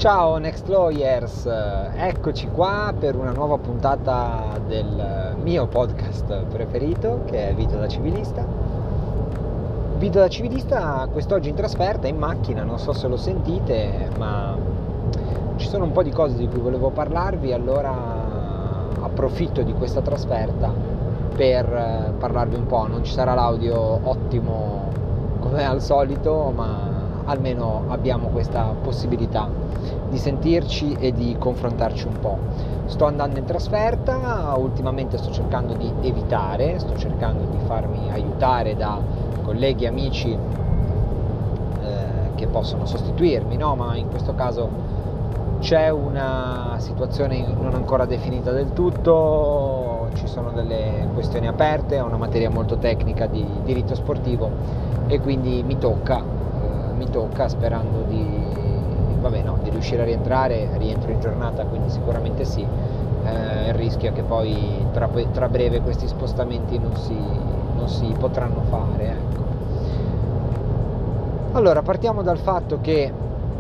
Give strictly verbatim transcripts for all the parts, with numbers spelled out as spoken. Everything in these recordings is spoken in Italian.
Ciao Next Lawyers, eccoci qua per una nuova puntata del mio podcast preferito, che è Vita da Civilista. Vita da Civilista quest'oggi in trasferta, in macchina, non so se lo sentite, ma ci sono un po' di cose di cui volevo parlarvi, allora approfitto di questa trasferta per parlarvi un po'. Non ci sarà l'audio ottimo come al solito, ma almeno abbiamo questa possibilità di sentirci e di confrontarci un po'. Sto andando in trasferta, ultimamente sto cercando di evitare, sto cercando di farmi aiutare da colleghi, amici eh, che possono sostituirmi, no? Ma in questo caso c'è una situazione non ancora definita del tutto, ci sono delle questioni aperte, è una materia molto tecnica di diritto sportivo e quindi mi tocca, eh, mi tocca sperando di Vabbè, no, di riuscire a rientrare, rientro in giornata, quindi sicuramente sì. Eh, il rischio è che poi tra, tra breve questi spostamenti non si, non si potranno fare, ecco. Allora, partiamo dal fatto che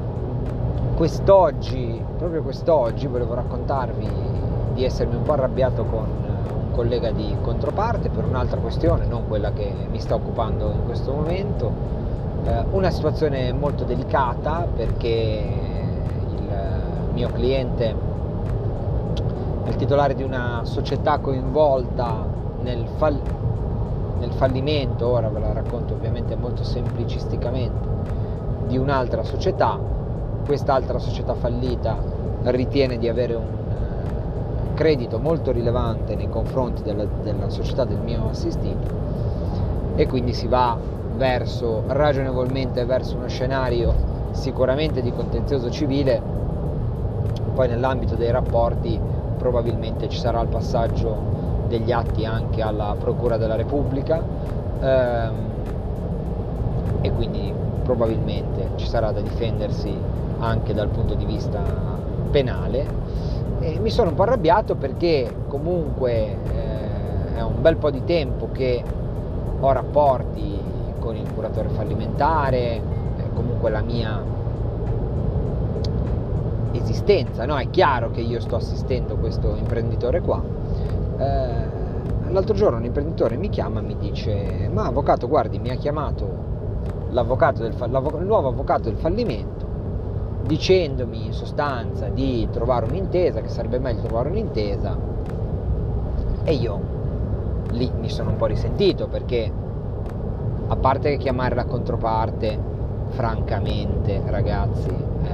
quest'oggi, proprio quest'oggi, volevo raccontarvi di essermi un po' arrabbiato con un collega di controparte per un'altra questione, non quella che mi sta occupando in questo momento. Una situazione molto delicata perché il mio cliente è il titolare di una società coinvolta nel, fall- nel fallimento, ora ve la racconto ovviamente molto semplicisticamente, di un'altra società. Quest'altra società fallita ritiene di avere un credito molto rilevante nei confronti della, della società del mio assistito e quindi si va verso ragionevolmente verso uno scenario sicuramente di contenzioso civile. Poi nell'ambito dei rapporti probabilmente ci sarà il passaggio degli atti anche alla Procura della Repubblica ehm, e quindi probabilmente ci sarà da difendersi anche dal punto di vista penale. E mi sono un po' arrabbiato perché comunque eh, è un bel po' di tempo che ho rapporti con il curatore fallimentare, eh, comunque la mia esistenza, no? È chiaro che io sto assistendo questo imprenditore qua. Eh, l'altro giorno un imprenditore mi chiama e mi dice: ma avvocato, guardi, mi ha chiamato l'avvocato del, il nuovo avvocato del fallimento dicendomi in sostanza di trovare un'intesa, che sarebbe meglio trovare un'intesa, e io lì mi sono un po' risentito perché, a parte che chiamare la controparte, francamente ragazzi,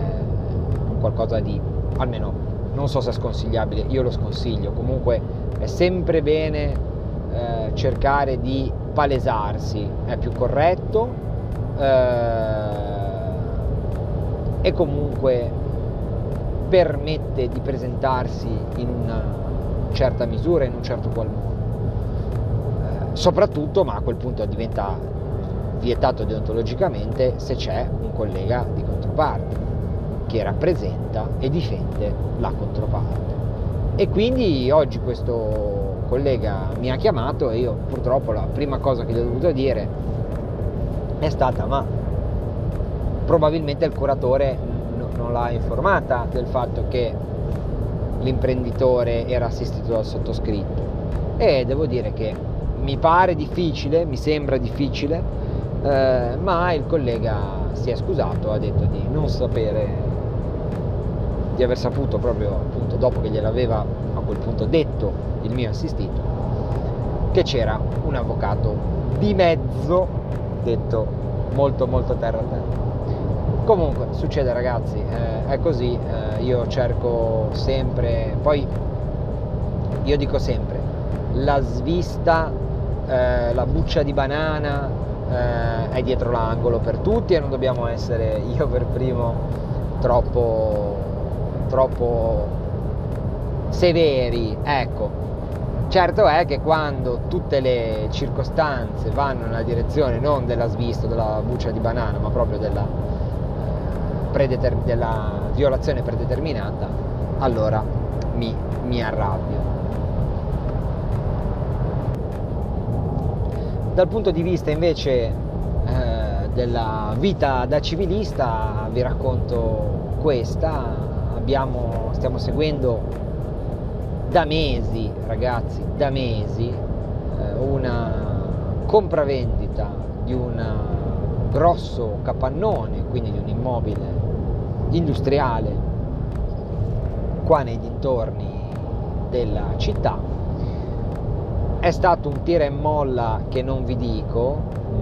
è qualcosa di, almeno non so se è sconsigliabile, io lo sconsiglio, comunque è sempre bene eh, cercare di palesarsi, è più corretto eh, e comunque permette di presentarsi in una certa misura, in un certo qual modo. Eh, soprattutto, ma a quel punto diventa vietato deontologicamente, se c'è un collega di controparte che rappresenta e difende la controparte. E quindi oggi questo collega mi ha chiamato e io purtroppo la prima cosa che gli ho dovuto dire è stata: ma probabilmente il curatore n- non l'ha informata del fatto che l'imprenditore era assistito dal sottoscritto. E devo dire che mi pare difficile, mi sembra difficile, Eh, ma il collega si è scusato, ha detto di non sapere, di aver saputo proprio appunto dopo che gliel'aveva a quel punto detto il mio assistito, che c'era un avvocato di mezzo, detto molto molto terra a terra. Comunque succede ragazzi, eh, è così, eh, io cerco sempre, poi io dico sempre, la svista, eh, la buccia di banana Eh, è dietro l'angolo per tutti e non dobbiamo essere, io per primo, troppo troppo severi, ecco. Certo è che quando tutte le circostanze vanno nella direzione non della svista, della buccia di banana, ma proprio della, eh, predeter- della violazione predeterminata, allora mi, mi arrabbio. Dal punto di vista invece eh, della vita da civilista vi racconto questa. Abbiamo, stiamo seguendo da mesi, ragazzi, da mesi, eh, una compravendita di un grosso capannone, quindi di un immobile industriale qua nei dintorni della città. È stato un tira e molla che non vi dico,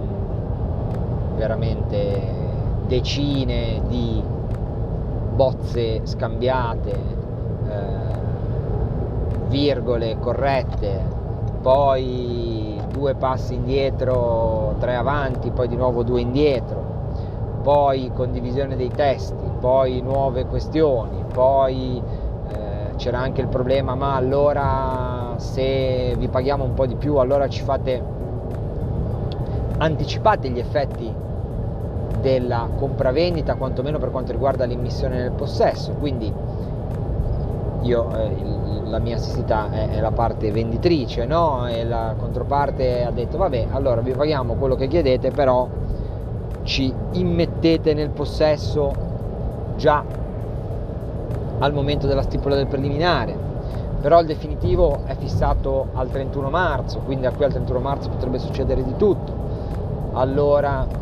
veramente decine di bozze scambiate, eh, virgole corrette, poi due passi indietro, tre avanti, poi di nuovo due indietro, poi condivisione dei testi, poi nuove questioni, poi eh, c'era anche il problema: ma allora se vi paghiamo un po' di più, allora ci fate, anticipate gli effetti della compravendita, quantomeno per quanto riguarda l'immissione nel possesso. Quindi io, eh, il, la mia assistita è, è la parte venditrice, no? E la controparte ha detto: vabbè, allora vi paghiamo quello che chiedete, però ci immettete nel possesso già al momento della stipula del preliminare. Però il definitivo è fissato al trentuno marzo, quindi da qui al trentuno marzo potrebbe succedere di tutto. Allora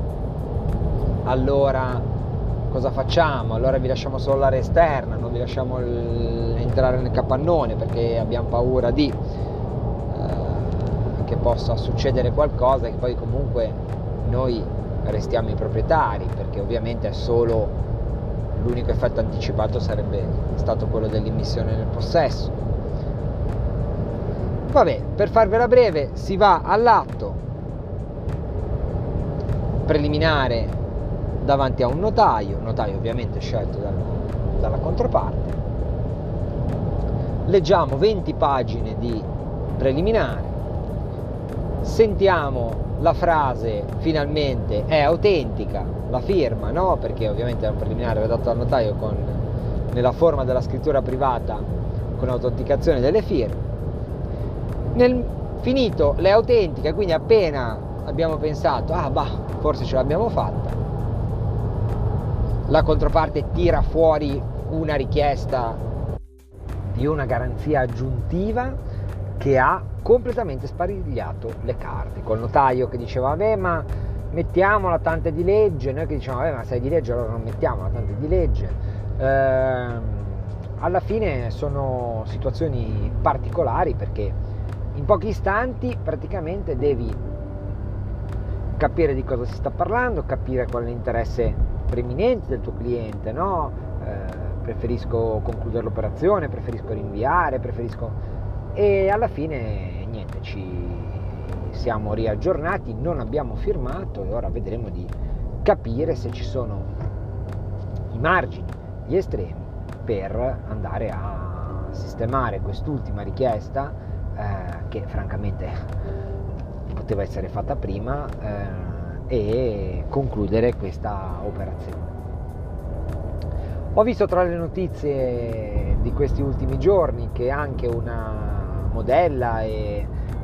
allora cosa facciamo? Allora vi lasciamo solo l'area esterna, non vi lasciamo il, entrare nel capannone, perché abbiamo paura di eh, che possa succedere qualcosa, e che poi comunque noi restiamo i proprietari, perché ovviamente è solo l'unico effetto anticipato sarebbe stato quello dell'immissione nel possesso. Vabbè, per farvela breve, si va all'atto preliminare davanti a un notaio, notaio ovviamente scelto dalla, dalla controparte. Leggiamo venti pagine di preliminare, sentiamo la frase finalmente è autentica, la firma, no? Perché ovviamente è un preliminare redatto dal notaio con, nella forma della scrittura privata, con autenticazione delle firme. Nel finito le autentiche, quindi appena abbiamo pensato ah bah, forse ce l'abbiamo fatta, la controparte tira fuori una richiesta di una garanzia aggiuntiva che ha completamente sparigliato le carte, col notaio che diceva vabbè ma mettiamo la tante di legge, noi che dicevamo vabbè ma sei di legge allora non mettiamo la tante di legge. Ehm, alla fine sono situazioni particolari, perché in pochi istanti praticamente devi capire di cosa si sta parlando, capire qual è l'interesse preminente del tuo cliente, no? Eh, preferisco concludere l'operazione, preferisco rinviare, preferisco... E alla fine niente, ci siamo riaggiornati, non abbiamo firmato e ora vedremo di capire se ci sono i margini, gli estremi per andare a sistemare quest'ultima richiesta eh, che francamente poteva essere fatta prima, eh, e concludere questa operazione. Ho visto tra le notizie di questi ultimi giorni che anche una modella e eh,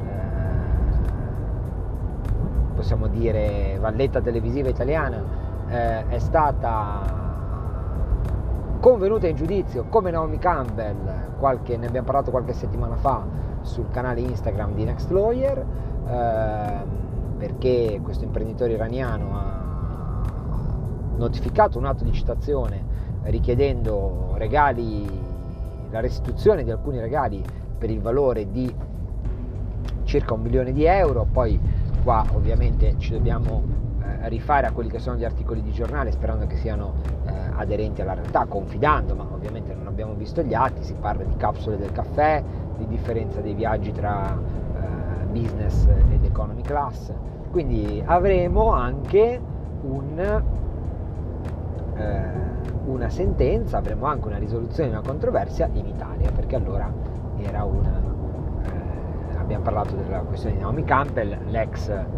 possiamo dire valletta televisiva italiana eh, è stata convenuta in giudizio come Naomi Campbell, qualche, ne abbiamo parlato qualche settimana fa sul canale Instagram di Next Lawyer, eh, perché questo imprenditore iraniano ha notificato un atto di citazione richiedendo regali, la restituzione di alcuni regali per il valore di circa un milione di euro. Poi qua ovviamente ci dobbiamo eh, rifare a quelli che sono gli articoli di giornale, sperando che siano eh, aderenti alla realtà, confidando, ma ovviamente non abbiamo visto gli atti. Si parla di capsule del caffè, di differenza dei viaggi tra eh, business ed economy class, quindi avremo anche un, eh, una sentenza, avremo anche una risoluzione di una controversia in Italia, perché allora era una eh, abbiamo parlato della questione di Naomi Campbell, l'ex eh,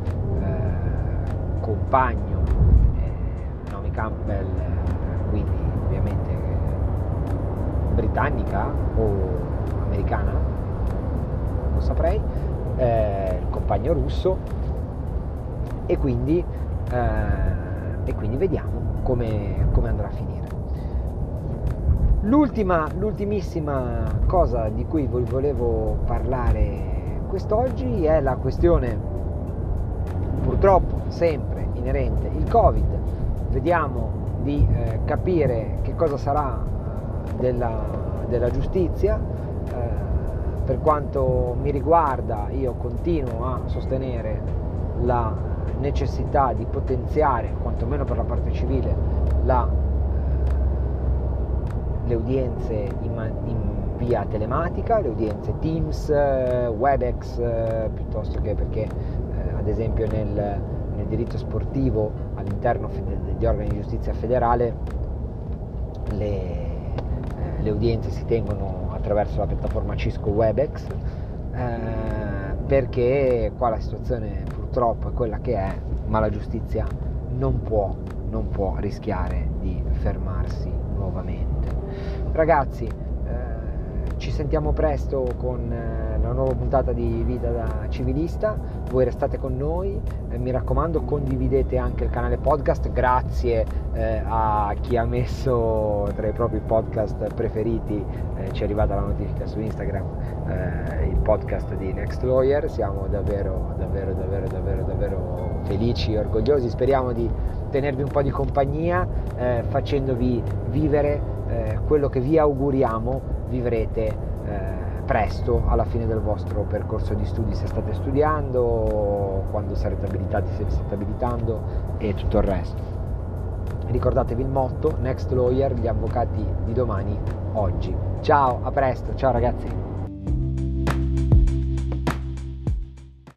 compagno eh, Naomi Campbell, eh, quindi ovviamente britannica o americana, non saprei, eh, il compagno russo, e quindi, eh, e quindi vediamo come, come andrà a finire. L'ultima, l'ultimissima cosa di cui vi volevo parlare quest'oggi è la questione, purtroppo sempre inerente il Covid. Vediamo di eh, capire che cosa sarà della, della giustizia. Eh, per quanto mi riguarda, io continuo a sostenere la necessità di potenziare, quantomeno per la parte civile, la le udienze in, in via telematica, le udienze Teams, Webex, eh, piuttosto che perché eh, ad esempio nel, nel diritto sportivo all'interno degli organi di giustizia federale le, eh, le udienze si tengono attraverso la piattaforma Cisco Webex, eh, perché qua la situazione purtroppo è quella che è, ma la giustizia non può, non può rischiare di fermarsi nuovamente. Ragazzi, eh, ci sentiamo presto con eh, la nuova puntata di Vita da Civilista. Voi restate con noi, eh, mi raccomando, condividete anche il canale podcast. Grazie eh, a chi ha messo tra i propri podcast preferiti, eh, ci è arrivata la notifica su Instagram, eh, il podcast di Next Lawyer. Siamo davvero davvero davvero davvero davvero felici e orgogliosi. Speriamo di tenervi un po' di compagnia, eh, facendovi vivere eh, quello che vi auguriamo vivrete eh, presto alla fine del vostro percorso di studi, se state studiando, quando sarete abilitati, se vi state abilitando e tutto il resto. Ricordatevi il motto: Next Lawyer, gli avvocati di domani oggi. Ciao, a presto, ciao ragazzi.